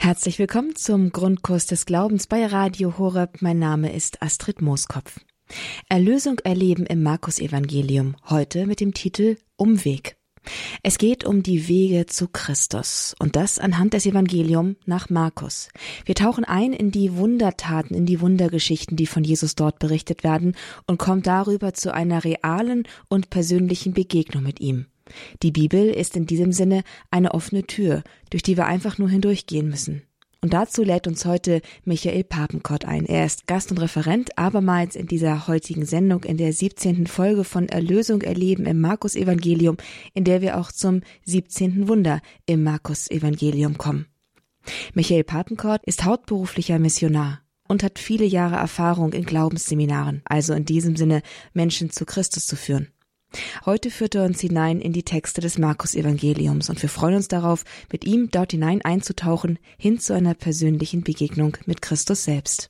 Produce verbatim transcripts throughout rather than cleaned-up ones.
Herzlich willkommen zum Grundkurs des Glaubens bei Radio Horeb. Mein Name ist Astrid Mooskopf. Erlösung erleben im Markus-Evangelium, heute mit dem Titel Umweg. Es geht um die Wege zu Christus und das anhand des Evangeliums nach Markus. Wir tauchen ein in die Wundertaten, in die Wundergeschichten, die von Jesus dort berichtet werden und kommen darüber zu einer realen und persönlichen Begegnung mit ihm. Die Bibel ist in diesem Sinne eine offene Tür, durch die wir einfach nur hindurchgehen müssen. Und dazu lädt uns heute Michael Papenkort ein. Er ist Gast und Referent abermals in dieser heutigen Sendung, in der siebzehnten Folge von Erlösung erleben im Markus-Evangelium, in der wir auch zum siebzehnten Wunder im Markus-Evangelium kommen. Michael Papenkort ist hauptberuflicher Missionar und hat viele Jahre Erfahrung in Glaubensseminaren, also in diesem Sinne Menschen zu Christus zu führen. Heute führt er uns hinein in die Texte des Markus-Evangeliums und wir freuen uns darauf, mit ihm dort hinein einzutauchen, hin zu einer persönlichen Begegnung mit Christus selbst.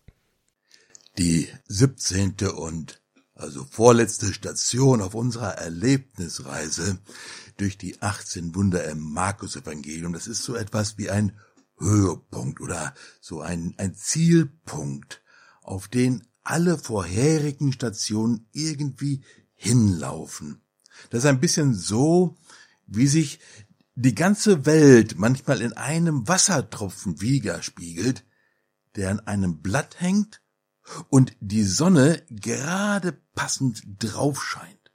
Die siebzehnte und also vorletzte Station auf unserer Erlebnisreise durch die achtzehn Wunder im Markus-Evangelium, das ist so etwas wie ein Höhepunkt oder so ein, ein Zielpunkt, auf den alle vorherigen Stationen irgendwie hinlaufen. Das ist ein bisschen so, wie sich die ganze Welt manchmal in einem Wassertropfen widerspiegelt, der an einem Blatt hängt und die Sonne gerade passend drauf scheint.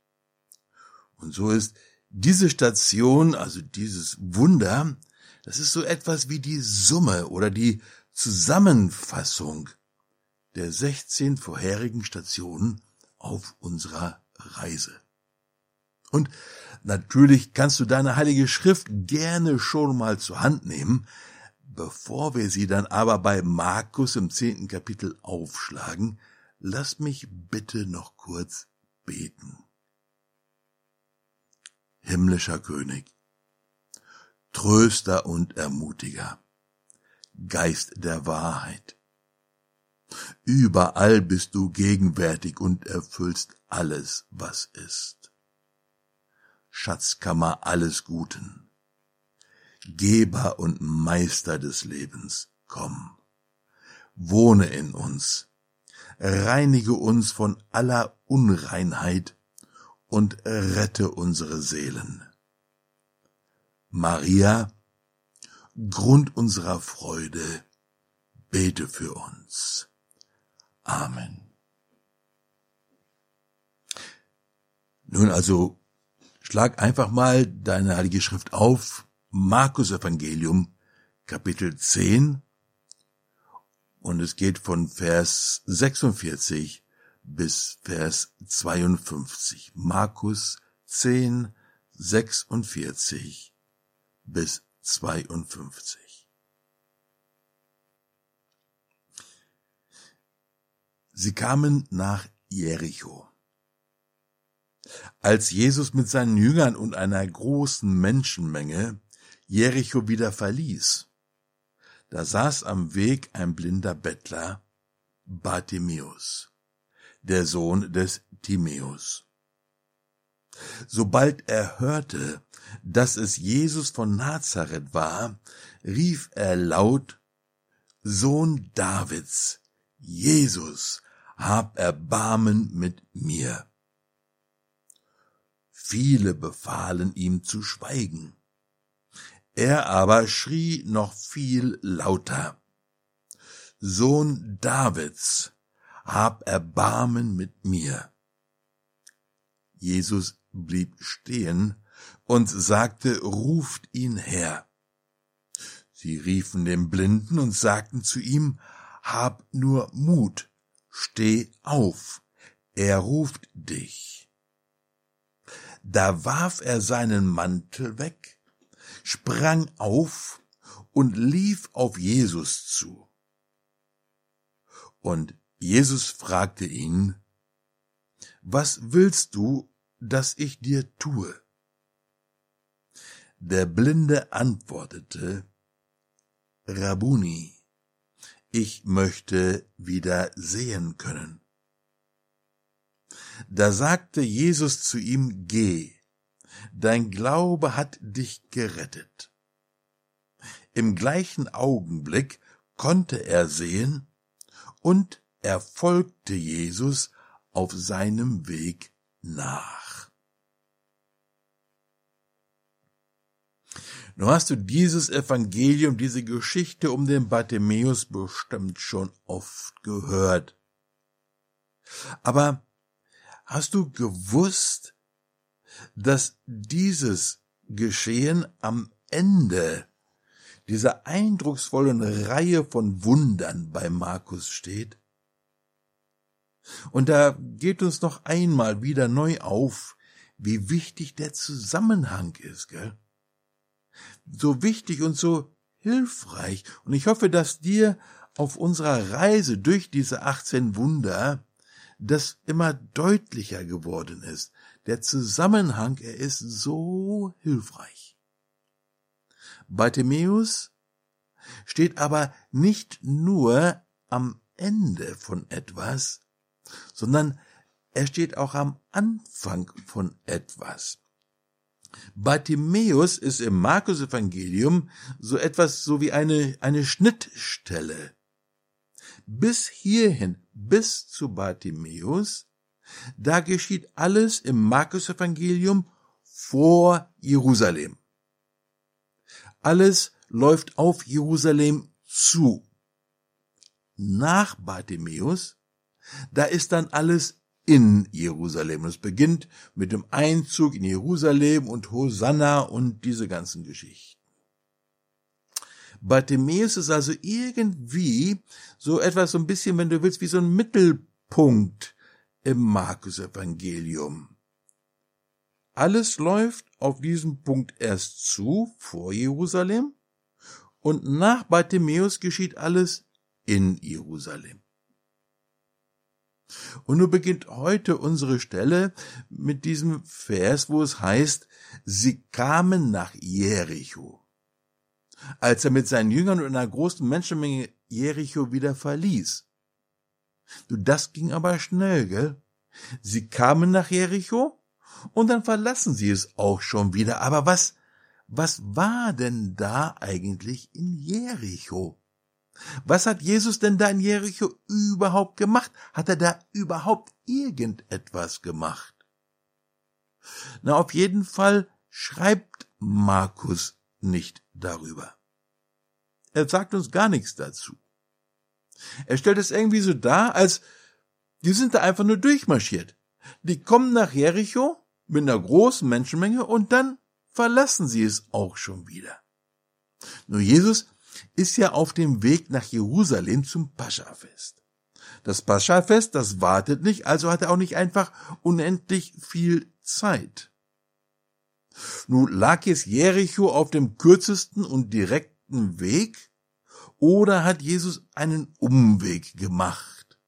Und so ist diese Station, also dieses Wunder, das ist so etwas wie die Summe oder die Zusammenfassung der sechzehn vorherigen Stationen auf unserer Reise. Und natürlich kannst du deine Heilige Schrift gerne schon mal zur Hand nehmen, bevor wir sie dann aber bei Markus im zehnten Kapitel aufschlagen. Lass mich bitte noch kurz beten. Himmlischer König, Tröster und Ermutiger, Geist der Wahrheit, überall bist du gegenwärtig und erfüllst alles, was ist. Schatzkammer alles Guten, Geber und Meister des Lebens, komm, wohne in uns, reinige uns von aller Unreinheit und rette unsere Seelen. Maria, Grund unserer Freude, bete für uns. Amen. Nun also, schlag einfach mal deine Heilige Schrift auf, Markus Evangelium, Kapitel zehn, und es geht von Vers sechsundvierzig bis Vers zweiundfünfzig. Markus zehn, sechsundvierzig bis zweiundfünfzig. Sie kamen nach Jericho. Als Jesus mit seinen Jüngern und einer großen Menschenmenge Jericho wieder verließ, da saß am Weg ein blinder Bettler, Bartimäus, der Sohn des Timäus. Sobald er hörte, dass es Jesus von Nazareth war, rief er laut: Sohn Davids, Jesus, hab Erbarmen mit mir. Viele befahlen ihm zu schweigen. Er aber schrie noch viel lauter: Sohn Davids, hab Erbarmen mit mir. Jesus blieb stehen und sagte: Ruft ihn her. Sie riefen den Blinden und sagten zu ihm: Hab nur Mut, steh auf, er ruft dich. Da warf er seinen Mantel weg, sprang auf und lief auf Jesus zu. Und Jesus fragte ihn: Was willst du, dass ich dir tue? Der Blinde antwortete: Rabbuni, ich möchte wieder sehen können. Da sagte Jesus zu ihm: Geh, dein Glaube hat dich gerettet. im gleichen Augenblick konnte er sehen und er folgte Jesus auf seinem Weg nach. Nun hast du dieses Evangelium, diese Geschichte um den Bartimäus bestimmt schon oft gehört. Aber hast du gewusst, dass dieses Geschehen am Ende dieser eindrucksvollen Reihe von Wundern bei Markus steht? Und da geht uns noch einmal wieder neu auf, wie wichtig der Zusammenhang ist, gell? So wichtig und so hilfreich. Und ich hoffe, dass dir auf unserer Reise durch diese achtzehn Wunder das immer deutlicher geworden ist. Der Zusammenhang, er ist so hilfreich. Bartimäus steht aber nicht nur am Ende von etwas, sondern er steht auch am Anfang von etwas. Bartimäus ist im Markus-Evangelium so etwas so wie eine, eine Schnittstelle. Bis hierhin, bis zu Bartimäus, da geschieht alles im Markus-Evangelium vor Jerusalem. Alles läuft auf Jerusalem zu. Nach Bartimäus, da ist dann alles in Jerusalem. Es beginnt mit dem Einzug in Jerusalem und Hosanna und diese ganzen Geschichten. Bartimäus ist also irgendwie so etwas, so ein bisschen, wenn du willst, wie so ein Mittelpunkt im Markus-Evangelium. Alles läuft auf diesen Punkt erst zu, vor Jerusalem, und nach Bartimäus geschieht alles in Jerusalem. Und nun beginnt heute unsere Stelle mit diesem Vers, wo es heißt, sie kamen nach Jericho. Als er mit seinen Jüngern und einer großen Menschenmenge Jericho wieder verließ. Du, das ging aber schnell, gell? Sie kamen nach Jericho und dann verlassen sie es auch schon wieder. Aber was, was war denn da eigentlich in Jericho? Was hat Jesus denn da in Jericho überhaupt gemacht? Hat er da überhaupt irgendetwas gemacht? Na, auf jeden Fall schreibt Markus nicht darüber. Er sagt uns gar nichts dazu. Er stellt es irgendwie so dar, als die sind da einfach nur durchmarschiert. Die kommen nach Jericho mit einer großen Menschenmenge und dann verlassen sie es auch schon wieder. Nur Jesus ist ja auf dem Weg nach Jerusalem zum Paschafest. Das Paschafest, das wartet nicht, also hat er auch nicht einfach unendlich viel Zeit. Nun lag jetzt Jericho auf dem kürzesten und direkten Weg, oder hat Jesus einen Umweg gemacht?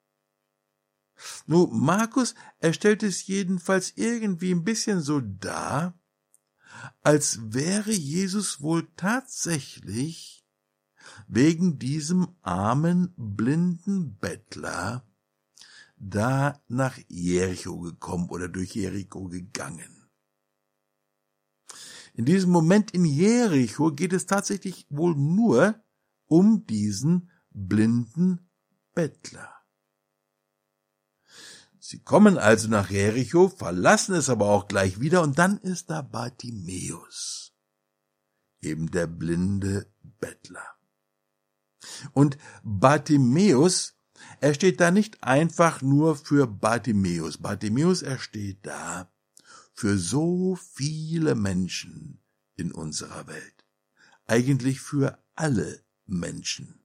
Nun, Markus, er stellt es jedenfalls irgendwie ein bisschen so dar, als wäre Jesus wohl tatsächlich wegen diesem armen, blinden Bettler da nach Jericho gekommen oder durch Jericho gegangen. In diesem Moment in Jericho geht es tatsächlich wohl nur um diesen blinden Bettler. Sie kommen also nach Jericho, verlassen es aber auch gleich wieder, und dann ist da Bartimäus, eben der blinde Bettler. Und Bartimäus, er steht da nicht einfach nur für Bartimäus. Bartimäus, er steht da für so viele Menschen in unserer Welt. Eigentlich für alle Menschen.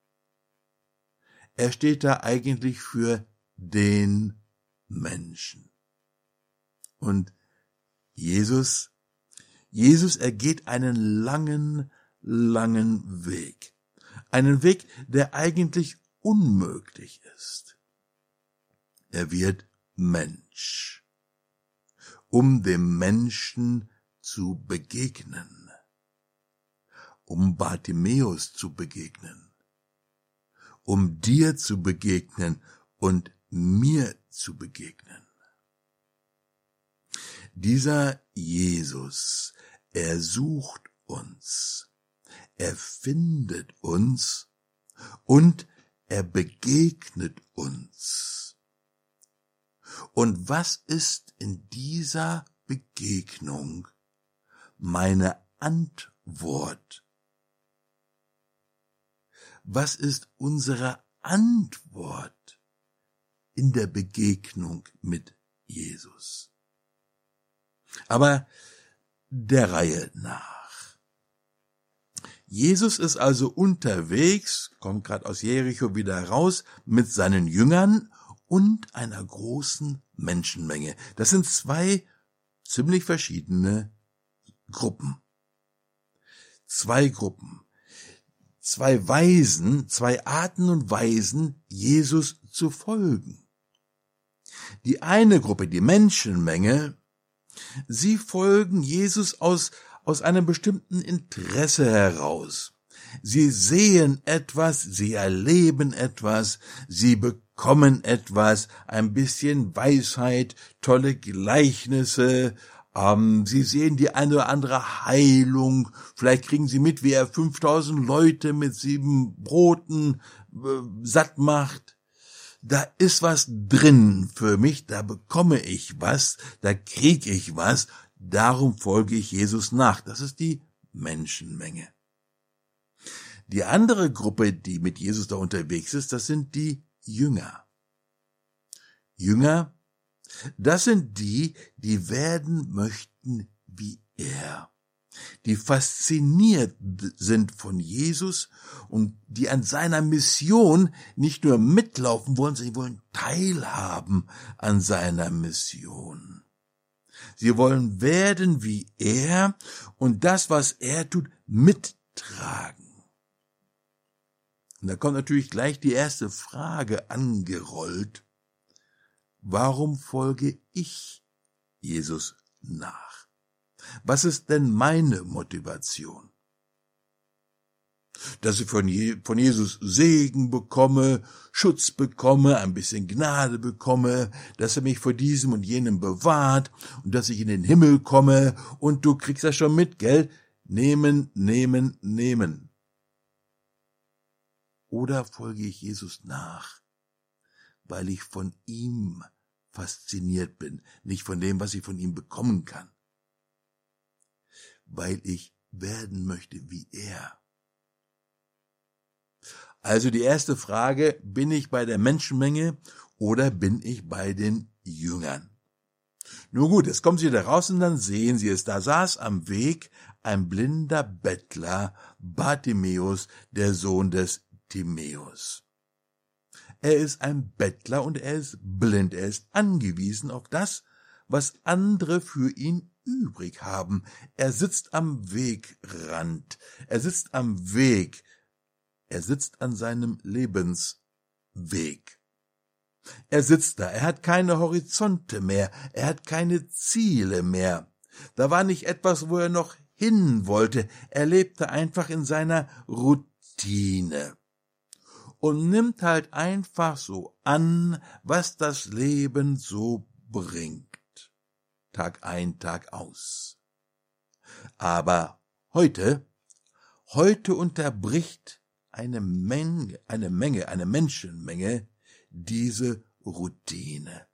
Er steht da eigentlich für den Menschen. Und Jesus, Jesus, er geht einen langen, langen Weg. Einen Weg, der eigentlich unmöglich ist. Er wird Mensch, um dem Menschen zu begegnen, um Bartimäus zu begegnen, um dir zu begegnen und mir zu begegnen. Dieser Jesus, er sucht uns. er findet uns und er begegnet uns. Und was ist in dieser Begegnung meine Antwort? Was ist unsere Antwort in der Begegnung mit Jesus? Aber der Reihe nach. Jesus ist also unterwegs, kommt gerade aus Jericho wieder raus, mit seinen Jüngern und einer großen Menschenmenge. Das sind zwei ziemlich verschiedene Gruppen. Zwei Gruppen. Zwei Weisen, zwei Arten und Weisen, Jesus zu folgen. Die eine Gruppe, die Menschenmenge, sie folgen Jesus aus, aus einem bestimmten Interesse heraus. Sie sehen etwas, sie erleben etwas, sie bekommen etwas, ein bisschen Weisheit, tolle Gleichnisse, ähm, sie sehen die eine oder andere Heilung, vielleicht kriegen sie mit, wie er fünftausend Leute mit sieben Broten äh, satt macht. Da ist was drin für mich, da bekomme ich was, da krieg ich was, darum folge ich Jesus nach. Das ist die Menschenmenge. Die andere Gruppe, die mit Jesus da unterwegs ist, das sind die Jünger. Jünger, das sind die, die werden möchten wie er, die fasziniert sind von Jesus und die an seiner Mission nicht nur mitlaufen wollen, sie wollen teilhaben an seiner Mission. Sie wollen werden wie er und das, was er tut, mittragen. Und da kommt natürlich gleich die erste Frage angerollt. Warum folge ich Jesus nach? Was ist denn meine Motivation? Dass ich von, Je- von Jesus Segen bekomme, Schutz bekomme, ein bisschen Gnade bekomme, dass er mich vor diesem und jenem bewahrt und dass ich in den Himmel komme und du kriegst das schon mit, gell? Nehmen, nehmen, nehmen. Oder folge ich Jesus nach, weil ich von ihm fasziniert bin, nicht von dem, was ich von ihm bekommen kann, weil ich werden möchte wie er. Also die erste Frage, bin ich bei der Menschenmenge oder bin ich bei den Jüngern? Nun gut, jetzt kommen sie da raus und dann sehen sie es. Da saß am Weg ein blinder Bettler, Bartimäus, der Sohn des Timäus. Er ist ein Bettler und er ist blind, er ist angewiesen auf das, was andere für ihn übrig haben. Er sitzt am Wegrand, er sitzt am Weg, er sitzt an seinem Lebensweg. Er sitzt da, er hat keine Horizonte mehr, er hat keine Ziele mehr. Da war nicht etwas, wo er noch hin wollte, er lebte einfach in seiner Routine. Und nimmt halt einfach so an, was das Leben so bringt. Tag ein, Tag aus. Aber heute, heute unterbricht eine Menge, eine Menge, eine Menschenmenge diese Routine.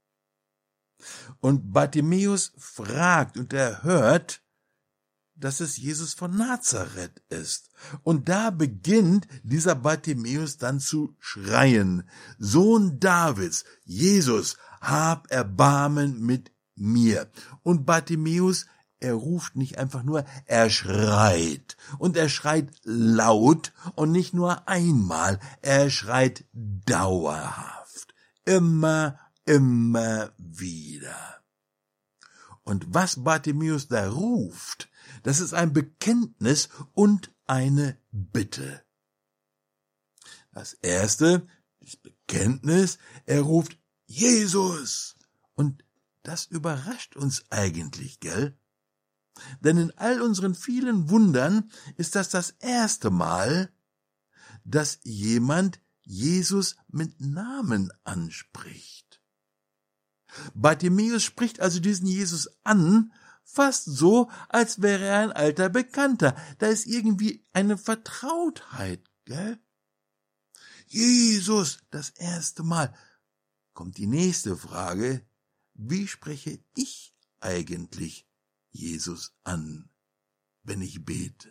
Und Bartimäus fragt und er hört, dass es Jesus von Nazareth ist. Und da beginnt dieser Bartimäus dann zu schreien, Sohn Davids, Jesus, hab Erbarmen mit mir. Und Bartimäus, er ruft nicht einfach nur, er schreit. Und er schreit laut und nicht nur einmal, er schreit dauerhaft. Immer, immer wieder. Und was Bartimäus da ruft, das ist ein Bekenntnis und eine Bitte. Das erste, das Bekenntnis, er ruft Jesus. Und das überrascht uns eigentlich, gell? Denn in all unseren vielen Wundern ist das das erste Mal, dass jemand Jesus mit Namen anspricht. Bartimäus spricht also diesen Jesus an, fast so, als wäre er ein alter Bekannter. Da ist irgendwie eine Vertrautheit, gell? Jesus, das erste Mal. Kommt die nächste Frage. Wie spreche ich eigentlich Jesus an, wenn ich bete?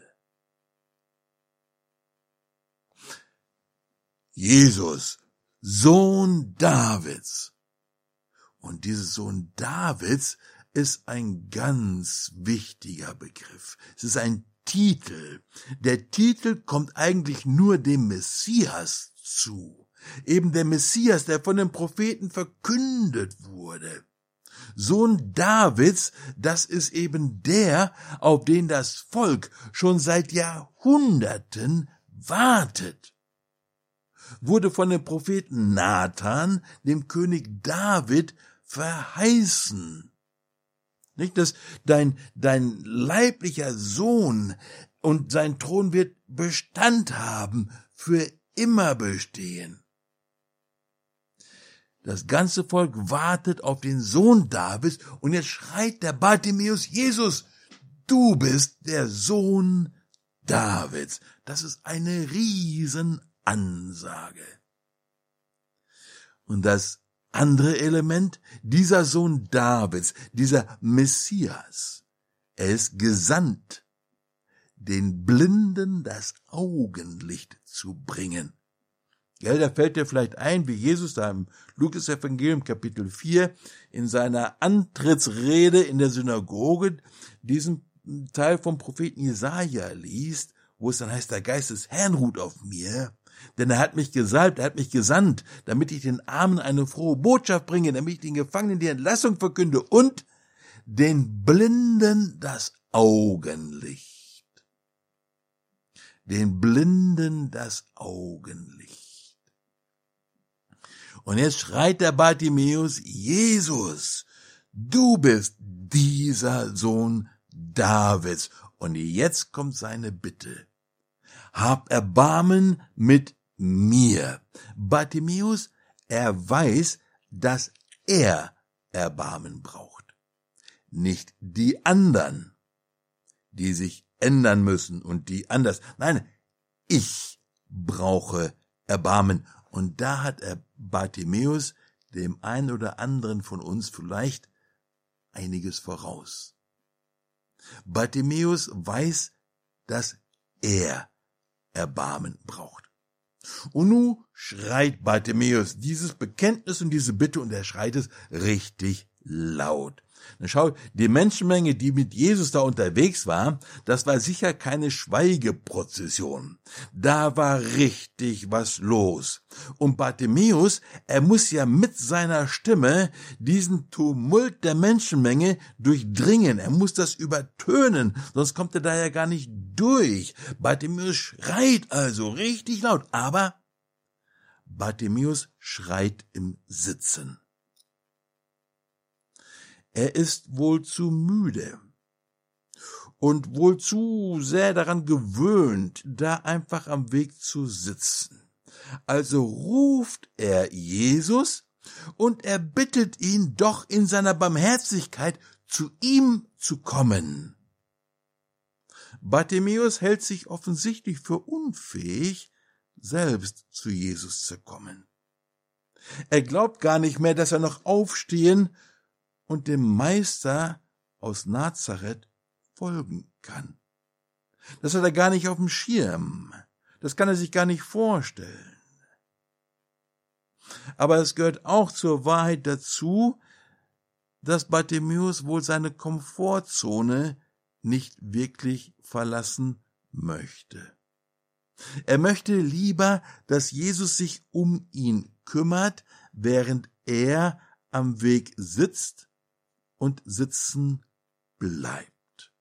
Jesus, Sohn Davids. Und dieses Sohn Davids ist ein ganz wichtiger Begriff. Es ist ein Titel. Der Titel kommt eigentlich nur dem Messias zu. Eben der Messias, der von den Propheten verkündet wurde. Sohn Davids, das ist eben der, auf den das Volk schon seit Jahrhunderten wartet. Wurde von dem Propheten Nathan, dem König David, verheißen. Nicht, dass dein, dein leiblicher Sohn und sein Thron wird Bestand haben, für immer bestehen. Das ganze Volk wartet auf den Sohn Davids und jetzt schreit der Bartimäus, Jesus, du bist der Sohn Davids. Das ist eine Riesenansage. Und das andere Element, dieser Sohn Davids, dieser Messias, er ist gesandt, den Blinden das Augenlicht zu bringen. Ja, da fällt dir vielleicht ein, wie Jesus da im Lukas-Evangelium Kapitel vier in seiner Antrittsrede in der Synagoge diesen Teil vom Propheten Jesaja liest, wo es dann heißt, der Geist des Herrn ruht auf mir, denn er hat mich gesalbt, er hat mich gesandt, damit ich den Armen eine frohe Botschaft bringe, damit ich den Gefangenen die Entlassung verkünde und den Blinden das Augenlicht. Den Blinden das Augenlicht. Und jetzt schreit der Bartimäus, Jesus, du bist dieser Sohn Davids. Und jetzt kommt seine Bitte. Hab Erbarmen mit mir. Bartimäus, er weiß, dass er Erbarmen braucht. Nicht die anderen, die sich ändern müssen und die anders. Nein, ich brauche Erbarmen. Und da hat er Bartimäus dem einen oder anderen von uns vielleicht einiges voraus. Bartimäus weiß, dass er Erbarmen braucht. Und nun schreit Bartimäus dieses Bekenntnis und diese Bitte und er schreit es richtig laut. Na schau, die Menschenmenge, die mit Jesus da unterwegs war, das war sicher keine Schweigeprozession. Da war richtig was los. Und Bartimäus, er muss ja mit seiner Stimme diesen Tumult der Menschenmenge durchdringen. Er muss das übertönen, sonst kommt er da ja gar nicht durch. Bartimäus schreit also richtig laut, aber Bartimäus schreit im Sitzen. Er ist wohl zu müde und wohl zu sehr daran gewöhnt, da einfach am Weg zu sitzen. Also ruft er Jesus und er bittet ihn doch in seiner Barmherzigkeit zu ihm zu kommen. Bartimäus hält sich offensichtlich für unfähig, selbst zu Jesus zu kommen. Er glaubt gar nicht mehr, dass er noch aufstehen und dem Meister aus Nazareth folgen kann. Das hat er gar nicht auf dem Schirm. Das kann er sich gar nicht vorstellen. Aber es gehört auch zur Wahrheit dazu, dass Bartimäus wohl seine Komfortzone nicht wirklich verlassen möchte. Er möchte lieber, dass Jesus sich um ihn kümmert, während er am Weg sitzt und sitzen bleibt.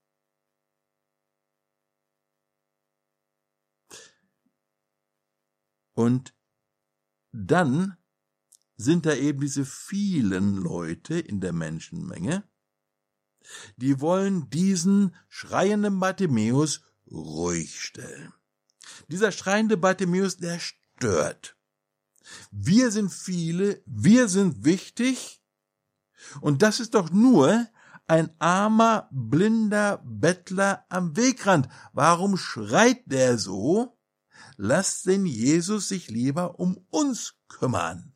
Und dann sind da eben diese vielen Leute in der Menschenmenge, die wollen diesen schreienden Bartimäus ruhig stellen. Dieser schreiende Bartimäus, der stört. Wir sind viele, wir sind wichtig, und das ist doch nur ein armer, blinder Bettler am Wegrand. Warum schreit der so? Lasst den Jesus sich lieber um uns kümmern.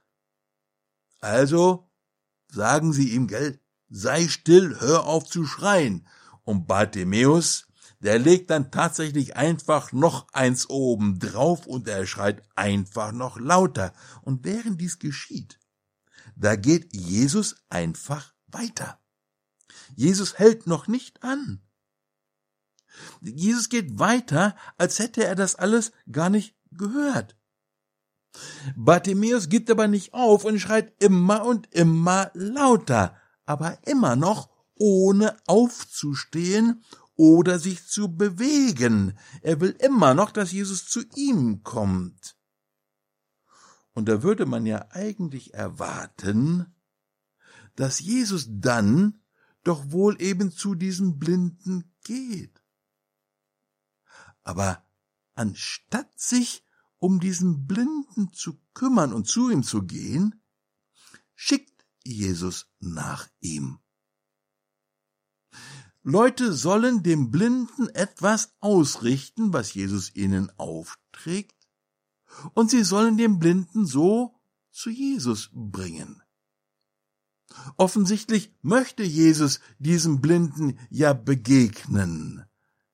Also sagen sie ihm, gell, sei still, hör auf zu schreien. Und Bartimäus, der legt dann tatsächlich einfach noch eins oben drauf und er schreit einfach noch lauter. Und während dies geschieht, da geht Jesus einfach weiter. Jesus hält noch nicht an. Jesus geht weiter, als hätte er das alles gar nicht gehört. Bartimäus gibt aber nicht auf und schreit immer und immer lauter, aber immer noch ohne aufzustehen oder sich zu bewegen. Er will immer noch, dass Jesus zu ihm kommt. Und da würde man ja eigentlich erwarten, dass Jesus dann doch wohl eben zu diesem Blinden geht. Aber anstatt sich um diesen Blinden zu kümmern und zu ihm zu gehen, schickt Jesus nach ihm. Leute sollen dem Blinden etwas ausrichten, was Jesus ihnen aufträgt, und sie sollen den Blinden so zu Jesus bringen. Offensichtlich möchte Jesus diesem Blinden ja begegnen.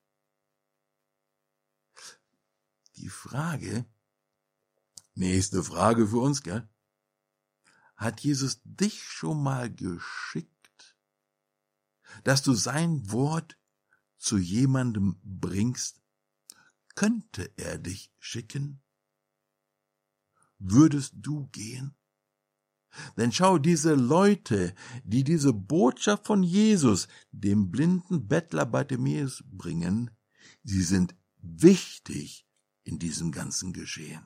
Die Frage, nächste Frage für uns, gell? Hat Jesus dich schon mal geschickt, dass du sein Wort zu jemandem bringst? Könnte er dich schicken? Würdest du gehen? Denn schau, diese Leute, die diese Botschaft von Jesus dem blinden Bettler Bartimäus bringen, sie sind wichtig in diesem ganzen Geschehen.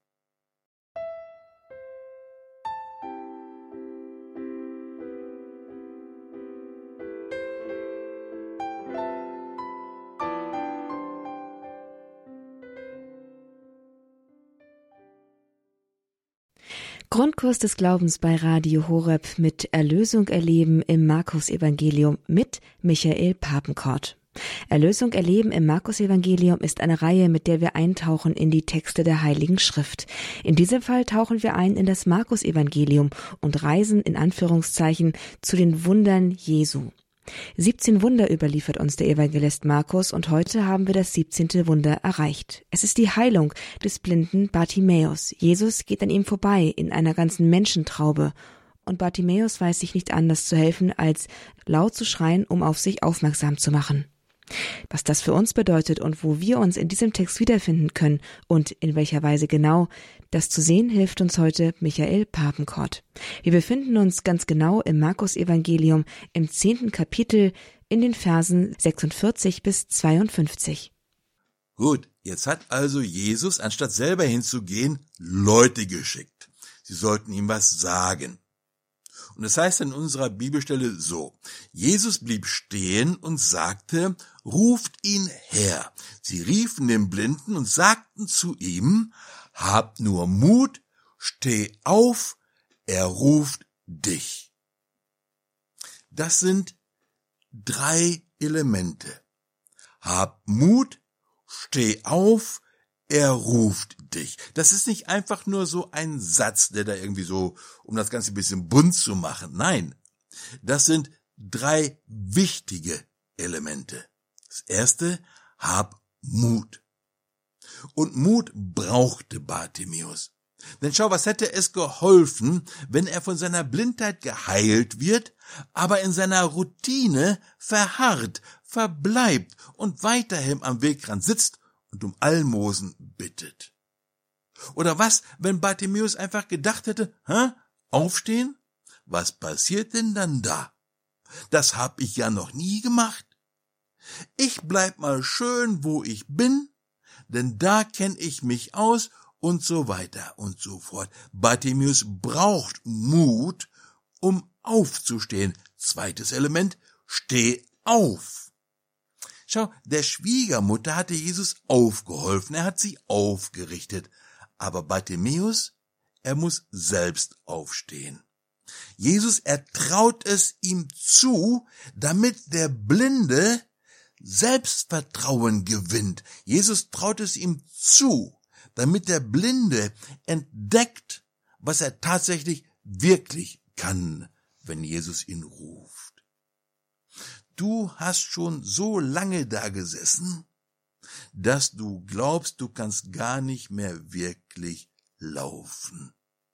Grundkurs des Glaubens bei Radio Horeb mit Erlösung erleben im Markus-Evangelium mit Michael Papenkort. Erlösung erleben im Markus-Evangelium ist eine Reihe, mit der wir eintauchen in die Texte der Heiligen Schrift. In diesem Fall tauchen wir ein in das Markus-Evangelium und reisen in Anführungszeichen zu den Wundern Jesu. siebzehn Wunder überliefert uns der Evangelist Markus und heute haben wir das siebzehnte Wunder erreicht. Es ist die Heilung des blinden Bartimäus. Jesus geht an ihm vorbei in einer ganzen Menschentraube und Bartimäus weiß sich nicht anders zu helfen, als laut zu schreien, um auf sich aufmerksam zu machen. Was das für uns bedeutet und wo wir uns in diesem Text wiederfinden können und in welcher Weise genau, das zu sehen hilft uns heute Michael Papenkort. Wir befinden uns ganz genau im Markus-Evangelium im zehnten Kapitel in den Versen sechsundvierzig bis zweiundfünfzig. Gut, jetzt hat also Jesus, anstatt selber hinzugehen, Leute geschickt. Sie sollten ihm was sagen. Und das heißt in unserer Bibelstelle so: Jesus blieb stehen und sagte, ruft ihn her. Sie riefen den Blinden und sagten zu ihm, hab nur Mut, steh auf, er ruft dich. Das sind drei Elemente. Hab Mut, steh auf, er ruft dich. Das ist nicht einfach nur so ein Satz, der da irgendwie so, um das Ganze ein bisschen bunt zu machen. Nein, das sind drei wichtige Elemente. Das erste, hab Mut. Und Mut brauchte Bartimäus. Denn schau, was hätte es geholfen, wenn er von seiner Blindheit geheilt wird, aber in seiner Routine verharrt, verbleibt und weiterhin am Wegrand sitzt und um Almosen bittet. Oder was, wenn Bartimäus einfach gedacht hätte, hä, aufstehen? Was passiert denn dann da? Das hab ich ja noch nie gemacht. Ich bleib mal schön, wo ich bin, denn da kenn ich mich aus und so weiter und so fort. Bartimäus braucht Mut, um aufzustehen. Zweites Element, steh auf. Schau, der Schwiegermutter hatte Jesus aufgeholfen, er hat sie aufgerichtet. Aber Bartimäus, er muss selbst aufstehen. Jesus, er traut es ihm zu, damit der Blinde Selbstvertrauen gewinnt. Jesus traut es ihm zu, damit der Blinde entdeckt, was er tatsächlich wirklich kann, wenn Jesus ihn ruft. Du hast schon so lange da gesessen, dass du glaubst, du kannst gar nicht mehr wirklich laufen.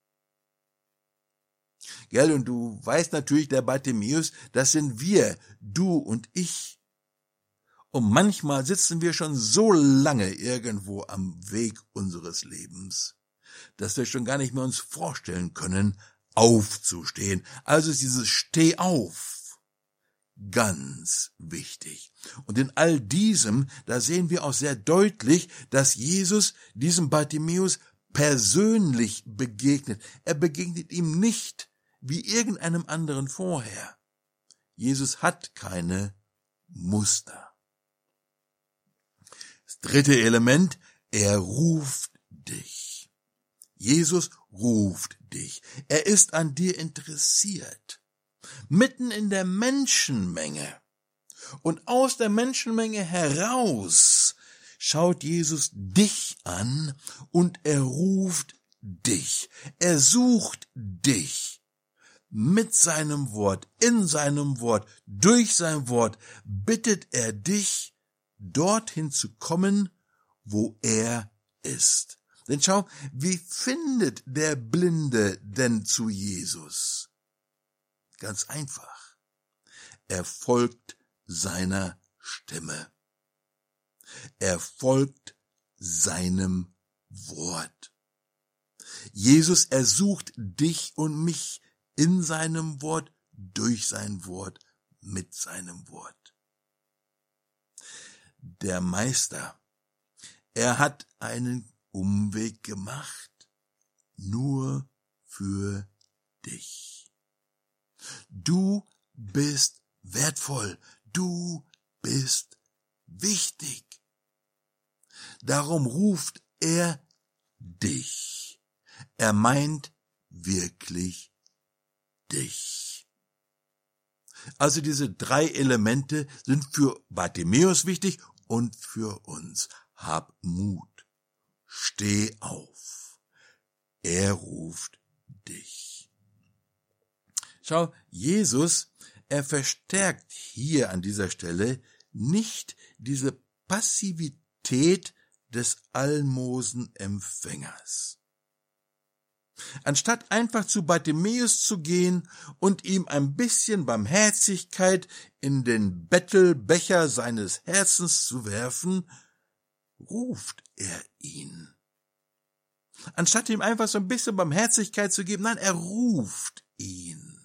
Gell, und du weißt natürlich, der Bartimäus, das sind wir, du und ich. Und manchmal sitzen wir schon so lange irgendwo am Weg unseres Lebens, dass wir schon gar nicht mehr uns vorstellen können, aufzustehen. Also ist dieses Steh auf ganz wichtig. Und in all diesem, da sehen wir auch sehr deutlich, dass Jesus diesem Bartimäus persönlich begegnet. Er begegnet ihm nicht wie irgendeinem anderen vorher. Jesus hat keine Muster. Das dritte Element, er ruft dich. Jesus ruft dich. Er ist an dir interessiert. Mitten in der Menschenmenge. Und aus der Menschenmenge heraus schaut Jesus dich an und er ruft dich. Er sucht dich. Mit seinem Wort, in seinem Wort, durch sein Wort bittet er dich, dorthin zu kommen, wo er ist. Denn schau, wie findet der Blinde denn zu Jesus? Ganz einfach. Er folgt seiner Stimme. Er folgt seinem Wort. Jesus, er sucht dich und mich in seinem Wort, durch sein Wort, mit seinem Wort. Der Meister, er hat einen Umweg gemacht, nur für dich. Du bist wertvoll, du bist wichtig. Darum ruft er dich. Er meint wirklich dich. Also diese drei Elemente sind für Bartimäus wichtig und für uns. Hab Mut. Steh auf. Er ruft dich. Schau, Jesus, er verstärkt hier an dieser Stelle nicht diese Passivität des Almosenempfängers. Anstatt einfach zu Bartimäus zu gehen und ihm ein bisschen Barmherzigkeit in den Bettelbecher seines Herzens zu werfen, ruft er ihn. Anstatt ihm einfach so ein bisschen Barmherzigkeit zu geben, nein, er ruft ihn.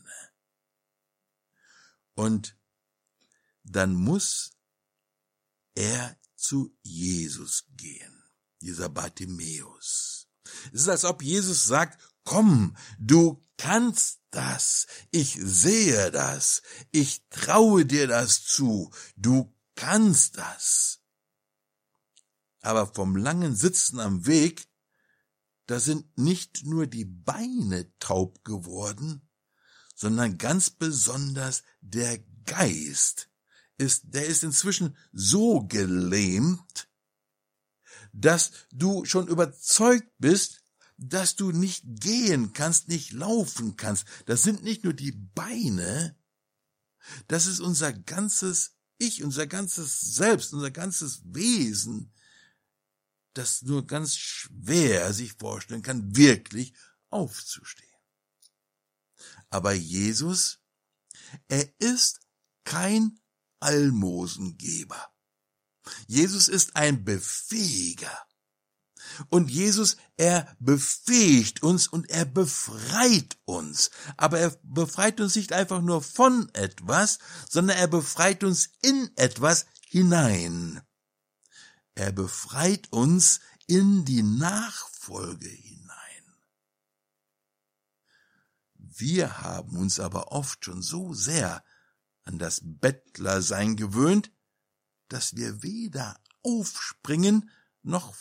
Und dann muss er zu Jesus gehen, dieser Bartimäus. Es ist, als ob Jesus sagt, komm, du kannst das, ich sehe das, ich traue dir das zu, du kannst das. Aber vom langen Sitzen am Weg, da sind nicht nur die Beine taub geworden, sondern ganz besonders der Geist ist, der ist inzwischen so gelähmt, dass du schon überzeugt bist, dass du nicht gehen kannst, nicht laufen kannst. Das sind nicht nur die Beine, das ist unser ganzes Ich, unser ganzes Selbst, unser ganzes Wesen, das nur ganz schwer sich vorstellen kann, wirklich aufzustehen. Aber Jesus, er ist kein Almosengeber. Jesus ist ein Befähiger. Und Jesus, er befähigt uns und er befreit uns. Aber er befreit uns nicht einfach nur von etwas, sondern er befreit uns in etwas hinein. Er befreit uns in die Nachfolge hinein. Wir haben uns aber oft schon so sehr an das Bettlersein gewöhnt, dass wir weder aufspringen noch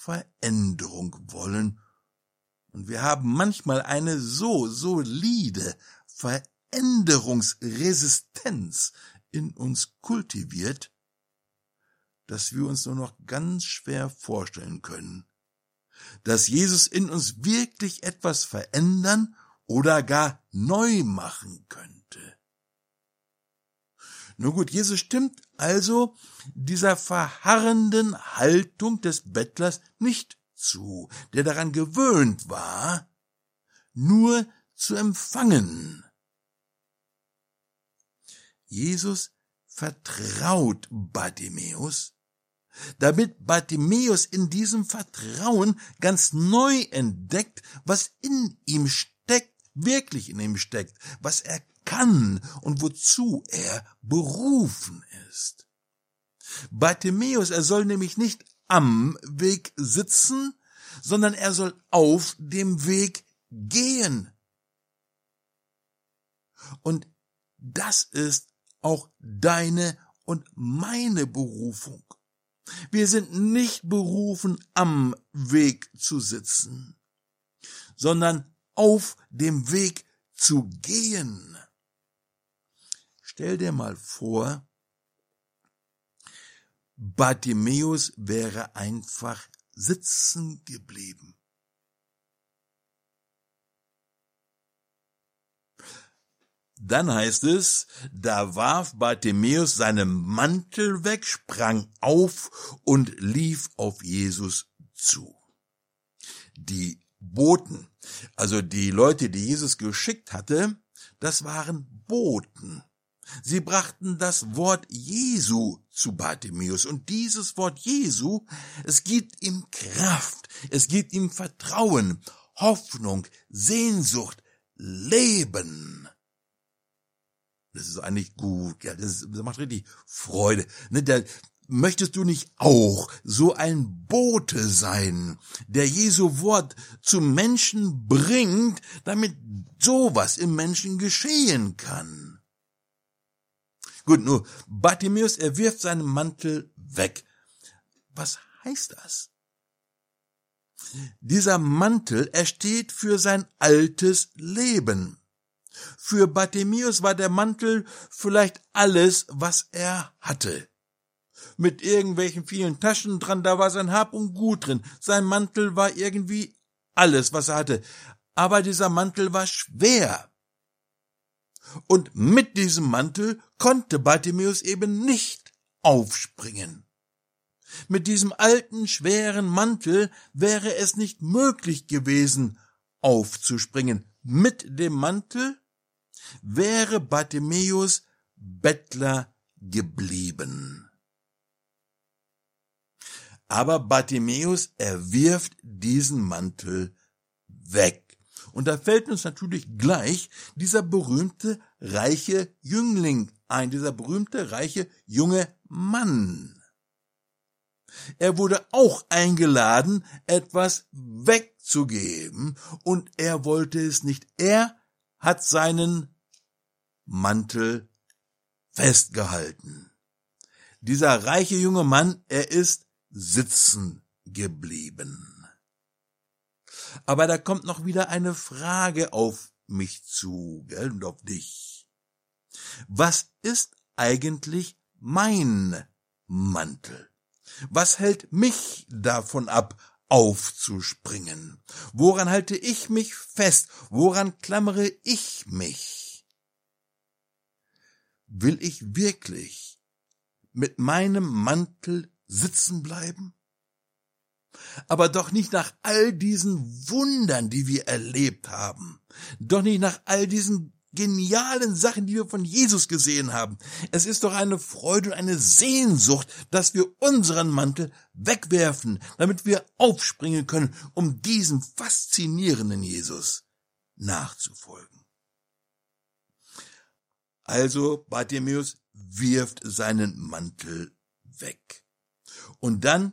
Veränderung wollen. Und wir haben manchmal eine so solide Veränderungsresistenz in uns kultiviert, dass wir uns nur noch ganz schwer vorstellen können, dass Jesus in uns wirklich etwas verändern oder gar neu machen könnte. Nun gut, Jesus stimmt also dieser verharrenden Haltung des Bettlers nicht zu, der daran gewöhnt war, nur zu empfangen. Jesus vertraut Bartimäus, damit Bartimäus in diesem Vertrauen ganz neu entdeckt, was in ihm steckt, wirklich in ihm steckt, was er kann und wozu er berufen ist. Bartimäus, er soll nämlich nicht am Weg sitzen, sondern er soll auf dem Weg gehen. Und das ist auch deine und meine Berufung. Wir sind nicht berufen, am Weg zu sitzen, sondern auf dem Weg zu gehen. Stell dir mal vor, Bartimäus wäre einfach sitzen geblieben. Dann heißt es, da warf Bartimäus seinen Mantel weg, sprang auf und lief auf Jesus zu. Die Boten, also die Leute, die Jesus geschickt hatte, das waren Boten. Sie brachten das Wort Jesu zu Bartimäus, und dieses Wort Jesu, es gibt ihm Kraft, es gibt ihm Vertrauen, Hoffnung, Sehnsucht, Leben. Das ist eigentlich gut, ja, das, ist, das macht richtig Freude. Ne, da möchtest du nicht auch so ein Bote sein, der Jesu Wort zum Menschen bringt, damit sowas im Menschen geschehen kann? Gut, nur Bartimäus, er wirft seinen Mantel weg. Was heißt das? Dieser Mantel, er steht für sein altes Leben. Für Bartimäus war der Mantel vielleicht alles, was er hatte. Mit irgendwelchen vielen Taschen dran, da war sein Hab und Gut drin. Sein Mantel war irgendwie alles, was er hatte. Aber dieser Mantel war schwer. Und mit diesem Mantel konnte Bartimäus eben nicht aufspringen. Mit diesem alten, schweren Mantel wäre es nicht möglich gewesen, aufzuspringen. Mit dem Mantel wäre Bartimäus Bettler geblieben. Aber Bartimäus, er wirft diesen Mantel weg. Und da fällt uns natürlich gleich dieser berühmte reiche Jüngling ein, dieser berühmte reiche junge Mann. Er wurde auch eingeladen, etwas wegzugeben, und er wollte es nicht. Er hat seinen Mantel festgehalten. Dieser reiche junge Mann, er ist sitzen geblieben. Aber da kommt noch wieder eine Frage auf mich zu, gell, und auf dich. Was ist eigentlich mein Mantel? Was hält mich davon ab, aufzuspringen? Woran halte ich mich fest? Woran klammere ich mich? Will ich wirklich mit meinem Mantel sitzen bleiben? Aber doch nicht nach all diesen Wundern, die wir erlebt haben. Doch nicht nach all diesen genialen Sachen, die wir von Jesus gesehen haben. Es ist doch eine Freude und eine Sehnsucht, dass wir unseren Mantel wegwerfen, damit wir aufspringen können, um diesem faszinierenden Jesus nachzufolgen. Also Bartimäus wirft seinen Mantel weg. Und dann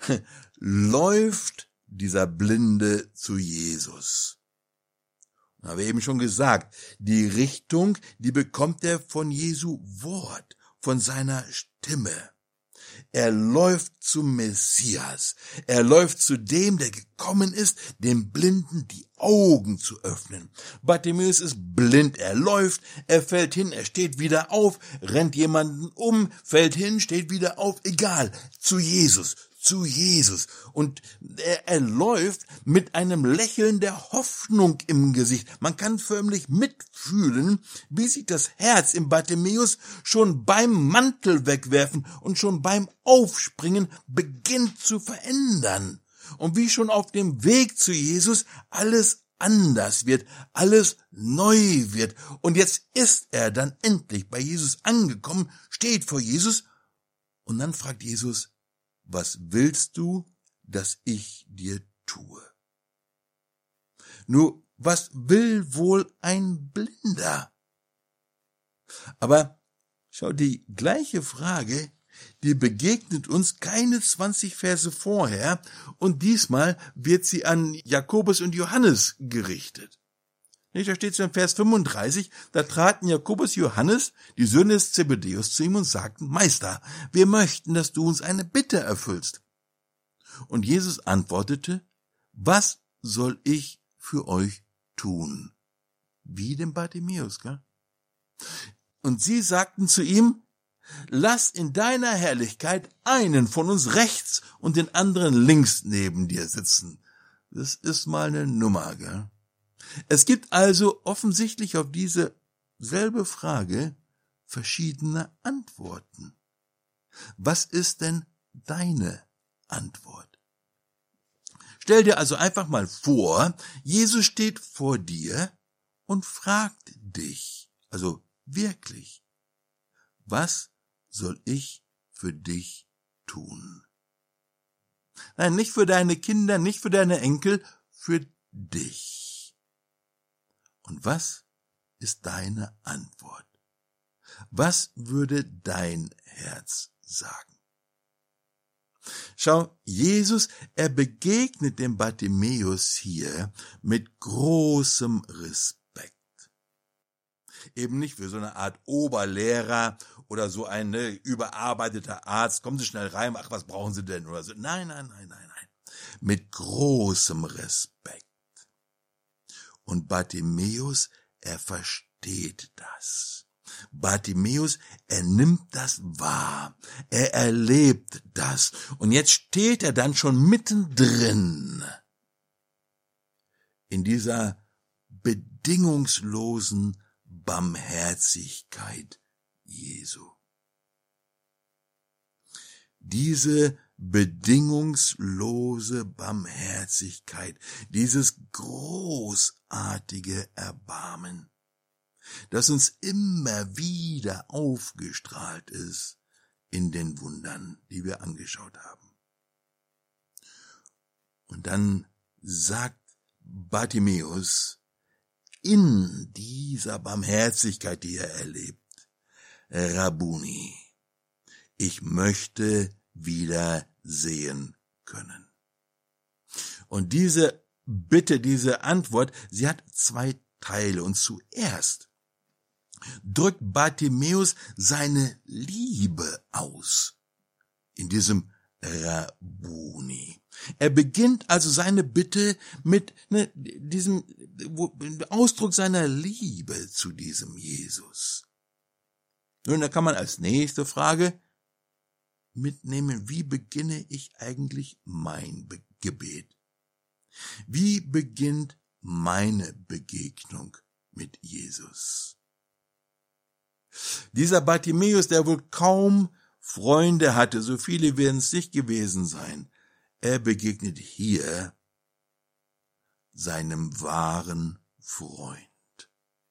läuft dieser Blinde zu Jesus. Da habe ich eben schon gesagt, die Richtung, die bekommt er von Jesu Wort, von seiner Stimme. Er läuft zum Messias. Er läuft zu dem, der gekommen ist, dem Blinden die Augen zu öffnen. Bartimäus ist blind. Er läuft, er fällt hin, er steht wieder auf, rennt jemanden um, fällt hin, steht wieder auf. Egal, zu Jesus. Zu Jesus. Und er, er läuft mit einem Lächeln der Hoffnung im Gesicht. Man kann förmlich mitfühlen, wie sich das Herz im Bartimäus schon beim Mantel wegwerfen und schon beim Aufspringen beginnt zu verändern. Und wie schon auf dem Weg zu Jesus alles anders wird, alles neu wird. Und jetzt ist er dann endlich bei Jesus angekommen, steht vor Jesus und dann fragt Jesus: Was willst du, dass ich dir tue? Nur, was will wohl ein Blinder? Aber schau, die gleiche Frage, die begegnet uns keine zwanzig Verse vorher, und diesmal wird sie an Jakobus und Johannes gerichtet. Da steht so in Vers fünfunddreißig, da traten Jakobus und Johannes, die Söhne des Zebedäus, zu ihm und sagten: Meister, wir möchten, dass du uns eine Bitte erfüllst. Und Jesus antwortete: Was soll ich für euch tun? Wie dem Bartimäus, gell? Und sie sagten zu ihm: Lass in deiner Herrlichkeit einen von uns rechts und den anderen links neben dir sitzen. Das ist mal eine Nummer, gell? Es gibt also offensichtlich auf diese selbe Frage verschiedene Antworten. Was ist denn deine Antwort? Stell dir also einfach mal vor, Jesus steht vor dir und fragt dich, also wirklich: Was soll ich für dich tun? Nein, nicht für deine Kinder, nicht für deine Enkel, für dich. Und was ist deine Antwort? Was würde dein Herz sagen? Schau, Jesus, er begegnet dem Bartimäus hier mit großem Respekt. Eben nicht für so eine Art Oberlehrer oder so ein ne, überarbeiteter Arzt. Kommen Sie schnell rein, ach, was brauchen Sie denn? Oder so. Nein, nein, nein, nein, nein. Mit großem Respekt. Und Bartimäus, er versteht das. Bartimäus, er nimmt das wahr. Er erlebt das. Und jetzt steht er dann schon mittendrin in dieser bedingungslosen Barmherzigkeit Jesu. Diese bedingungslose Barmherzigkeit, dieses großartige Erbarmen, das uns immer wieder aufgestrahlt ist in den Wundern, die wir angeschaut haben. Und dann sagt Bartimäus in dieser Barmherzigkeit, die er erlebt: Rabbuni, ich möchte wieder sehen können. Und diese Bitte, diese Antwort, sie hat zwei Teile. Und zuerst drückt Bartimäus seine Liebe aus in diesem Rabbuni. Er beginnt also seine Bitte mit ne, diesem Ausdruck seiner Liebe zu diesem Jesus. Nun, da kann man als nächste Frage mitnehmen: Wie beginne ich eigentlich mein Be- Gebet? Wie beginnt meine Begegnung mit Jesus? Dieser Bartimäus, der wohl kaum Freunde hatte, so viele werden es nicht gewesen sein, er begegnet hier seinem wahren Freund.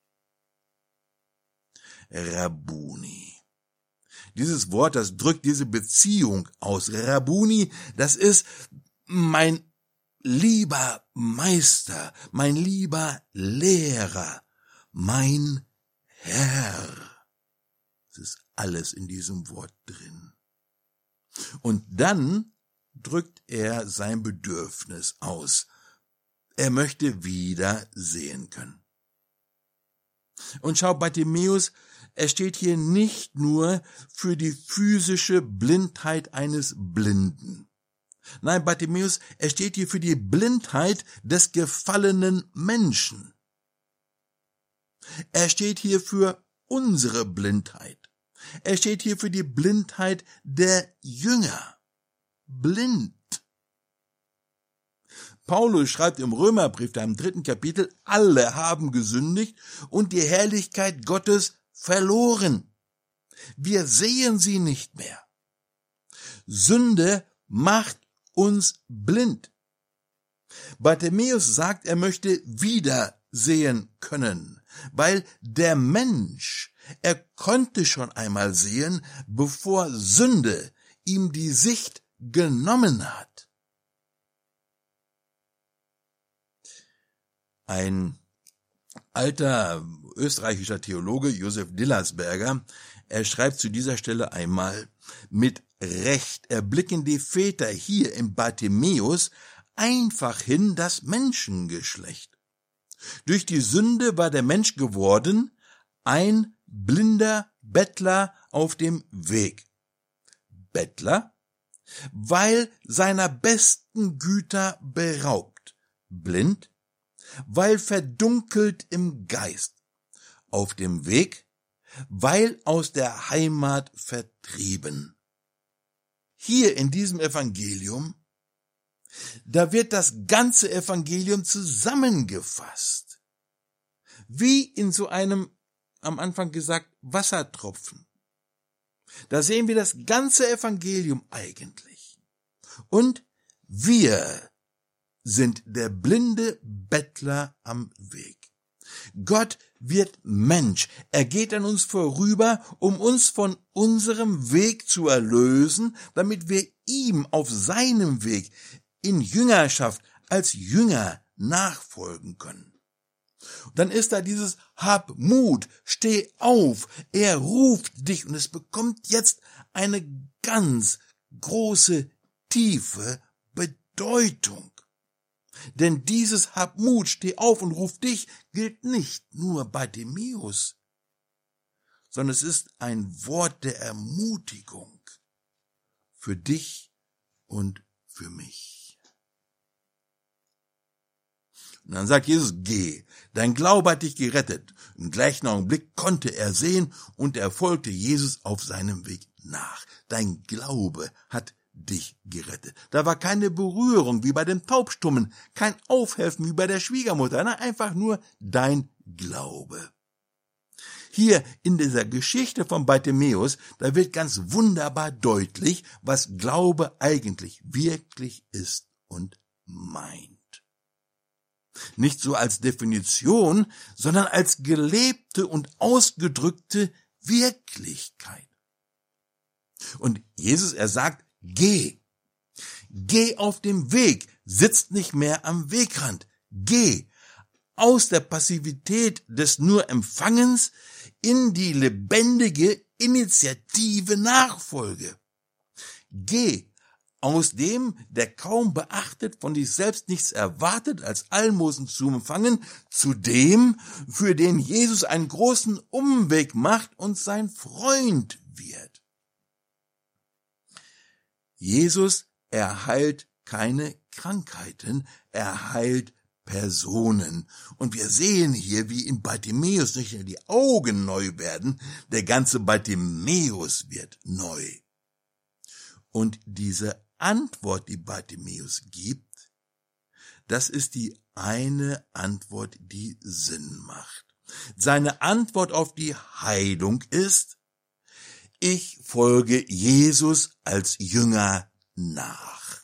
Rabbuni. Dieses Wort, das drückt diese Beziehung aus. Rabbuni, das ist mein lieber Meister, mein lieber Lehrer, mein Herr. Es ist alles in diesem Wort drin. Und dann drückt er sein Bedürfnis aus. Er möchte wieder sehen können. Und schau, Bartimäus, er steht hier nicht nur für die physische Blindheit eines Blinden. Nein, Bartimäus, er steht hier für die Blindheit des gefallenen Menschen. Er steht hier für unsere Blindheit. Er steht hier für die Blindheit der Jünger. Blind. Paulus schreibt im Römerbrief, da im dritten Kapitel, alle haben gesündigt und die Herrlichkeit Gottes verloren. Wir sehen sie nicht mehr. Sünde macht uns blind. Bartimäus sagt, er möchte wieder sehen können, weil der Mensch, er konnte schon einmal sehen, bevor Sünde ihm die Sicht genommen hat. Ein alter österreichischer Theologe, Josef Dillersberger, er schreibt zu dieser Stelle einmal, mit Recht erblicken die Väter hier im Bartimäus einfach hin das Menschengeschlecht. Durch die Sünde war der Mensch geworden ein blinder Bettler auf dem Weg. Bettler, weil seiner besten Güter beraubt. Blind, weil verdunkelt im Geist. Auf dem Weg, weil aus der Heimat vertrieben. Hier in diesem Evangelium, da wird das ganze Evangelium zusammengefasst. Wie in so einem, am Anfang gesagt, Wassertropfen. Da sehen wir das ganze Evangelium eigentlich. Und wir sind der blinde Bettler am Weg. Gott wird Mensch. Er geht an uns vorüber, um uns von unserem Weg zu erlösen, damit wir ihm auf seinem Weg in Jüngerschaft als Jünger nachfolgen können. Dann ist da dieses Hab Mut, steh auf, er ruft dich und es bekommt jetzt eine ganz große, tiefe Bedeutung. Denn dieses Hab Mut, steh auf und ruf dich gilt nicht nur bei Bartimäus, sondern es ist ein Wort der Ermutigung für dich und für mich. Und dann sagt Jesus, geh, dein Glaube hat dich gerettet. Im gleichen Augenblick konnte er sehen und er folgte Jesus auf seinem Weg nach. Dein Glaube hat dich gerettet. Da war keine Berührung wie bei dem Taubstummen, kein Aufhelfen wie bei der Schwiegermutter, nein, einfach nur dein Glaube. Hier in dieser Geschichte von Bartimäus, da wird ganz wunderbar deutlich, was Glaube eigentlich wirklich ist und meint. Nicht so als Definition, sondern als gelebte und ausgedrückte Wirklichkeit. Und Jesus, er sagt, geh, geh auf dem Weg, sitzt nicht mehr am Wegrand, geh aus der Passivität des nur Empfangens in die lebendige Initiative Nachfolge. Geh aus dem, der kaum beachtet, von sich selbst nichts erwartet, als Almosen zu empfangen, zu dem, für den Jesus einen großen Umweg macht und sein Freund wird. Jesus, er heilt keine Krankheiten, er heilt Personen. Und wir sehen hier, wie in Bartimäus nicht nur die Augen neu werden, der ganze Bartimäus wird neu. Und diese Antwort, die Bartimäus gibt, das ist die eine Antwort, die Sinn macht. Seine Antwort auf die Heilung ist, ich folge Jesus als Jünger nach.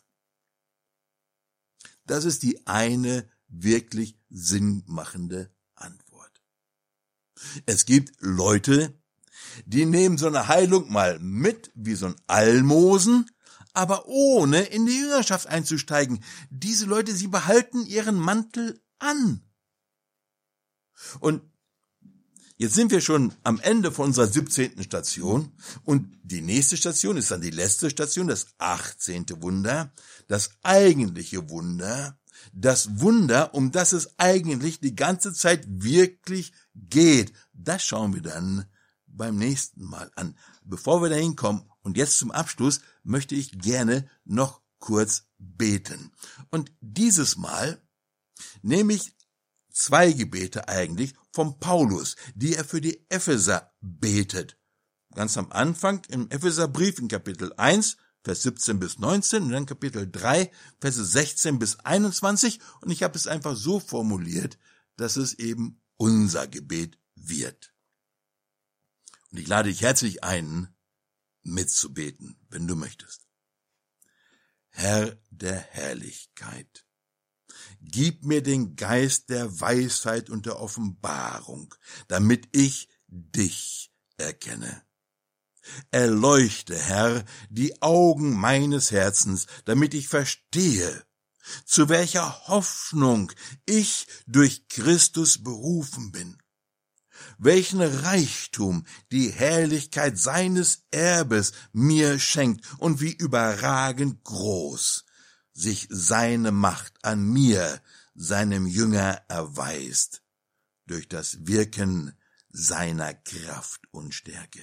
Das ist die eine wirklich sinnmachende Antwort. Es gibt Leute, die nehmen so eine Heilung mal mit, wie so ein Almosen, aber ohne in die Jüngerschaft einzusteigen. Diese Leute, sie behalten ihren Mantel an. Und jetzt sind wir schon am Ende von unserer siebzehnten Station und die nächste Station ist dann die letzte Station, das achtzehnte Wunder, das eigentliche Wunder, das Wunder, um das es eigentlich die ganze Zeit wirklich geht, das schauen wir dann beim nächsten Mal an. Bevor wir dahin kommen und jetzt zum Abschluss, möchte ich gerne noch kurz beten. Und dieses Mal nehme ich zwei Gebete eigentlich vom Paulus, die er für die Epheser betet. Ganz am Anfang im Epheserbrief in Kapitel eins, Vers siebzehn bis neunzehn und dann Kapitel drei, Verse sechzehn bis einundzwanzig. Und ich habe es einfach so formuliert, dass es eben unser Gebet wird. Und ich lade dich herzlich ein, mitzubeten, wenn du möchtest. Herr der Herrlichkeit, gib mir den Geist der Weisheit und der Offenbarung, damit ich dich erkenne. Erleuchte, Herr, die Augen meines Herzens, damit ich verstehe, zu welcher Hoffnung ich durch Christus berufen bin, welchen Reichtum die Herrlichkeit seines Erbes mir schenkt und wie überragend groß sich seine Macht an mir, seinem Jünger, erweist, durch das Wirken seiner Kraft und Stärke.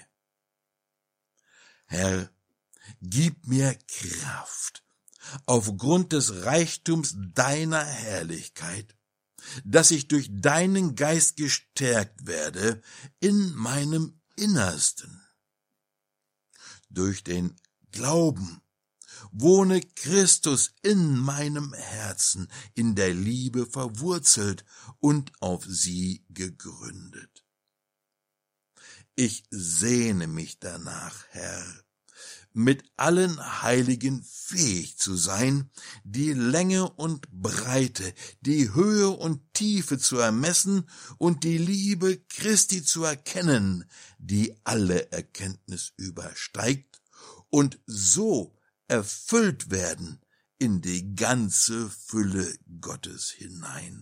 Herr, gib mir Kraft aufgrund des Reichtums deiner Herrlichkeit, dass ich durch deinen Geist gestärkt werde in meinem Innersten. Durch den Glauben wohne Christus in meinem Herzen, in der Liebe verwurzelt und auf sie gegründet. Ich sehne mich danach, Herr, mit allen Heiligen fähig zu sein, die Länge und Breite, die Höhe und Tiefe zu ermessen und die Liebe Christi zu erkennen, die alle Erkenntnis übersteigt, und so erfüllt werden in die ganze Fülle Gottes hinein.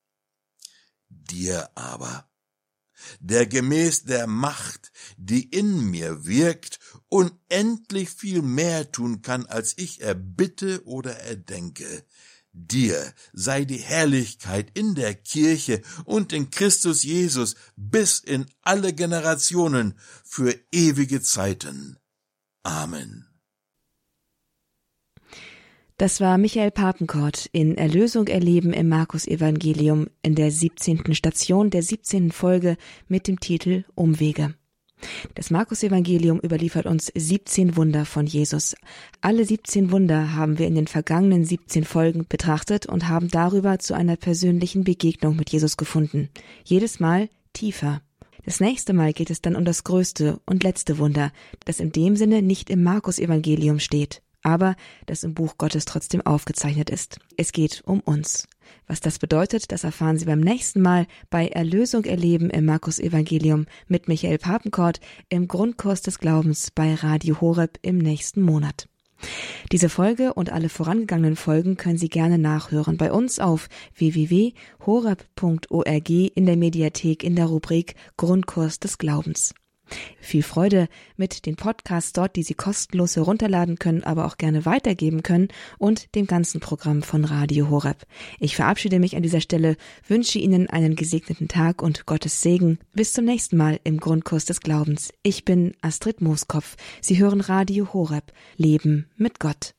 Dir aber, der gemäß der Macht, die in mir wirkt, unendlich viel mehr tun kann, als ich erbitte oder erdenke. Dir sei die Herrlichkeit in der Kirche und in Christus Jesus bis in alle Generationen für ewige Zeiten. Amen. Das war Michael Papenkort in Erlösung erleben im Markus-Evangelium in der siebzehnten Station der siebzehnten Folge mit dem Titel Umwege. Das Markus-Evangelium überliefert uns siebzehn Wunder von Jesus. Alle siebzehn Wunder haben wir in den vergangenen siebzehn Folgen betrachtet und haben darüber zu einer persönlichen Begegnung mit Jesus gefunden. Jedes Mal tiefer. Das nächste Mal geht es dann um das größte und letzte Wunder, das in dem Sinne nicht im Markus-Evangelium steht, aber das im Buch Gottes trotzdem aufgezeichnet ist. Es geht um uns. Was das bedeutet, das erfahren Sie beim nächsten Mal bei Erlösung erleben im Markus-Evangelium mit Michael Papenkort im Grundkurs des Glaubens bei Radio Horeb im nächsten Monat. Diese Folge und alle vorangegangenen Folgen können Sie gerne nachhören bei uns auf w w w punkt horeb punkt org in der Mediathek in der Rubrik Grundkurs des Glaubens. Viel Freude mit den Podcasts dort, die Sie kostenlos herunterladen können, aber auch gerne weitergeben können, und dem ganzen Programm von Radio Horeb. Ich verabschiede mich an dieser Stelle, wünsche Ihnen einen gesegneten Tag und Gottes Segen. Bis zum nächsten Mal im Grundkurs des Glaubens. Ich bin Astrid Mooskopf. Sie hören Radio Horeb. Leben mit Gott.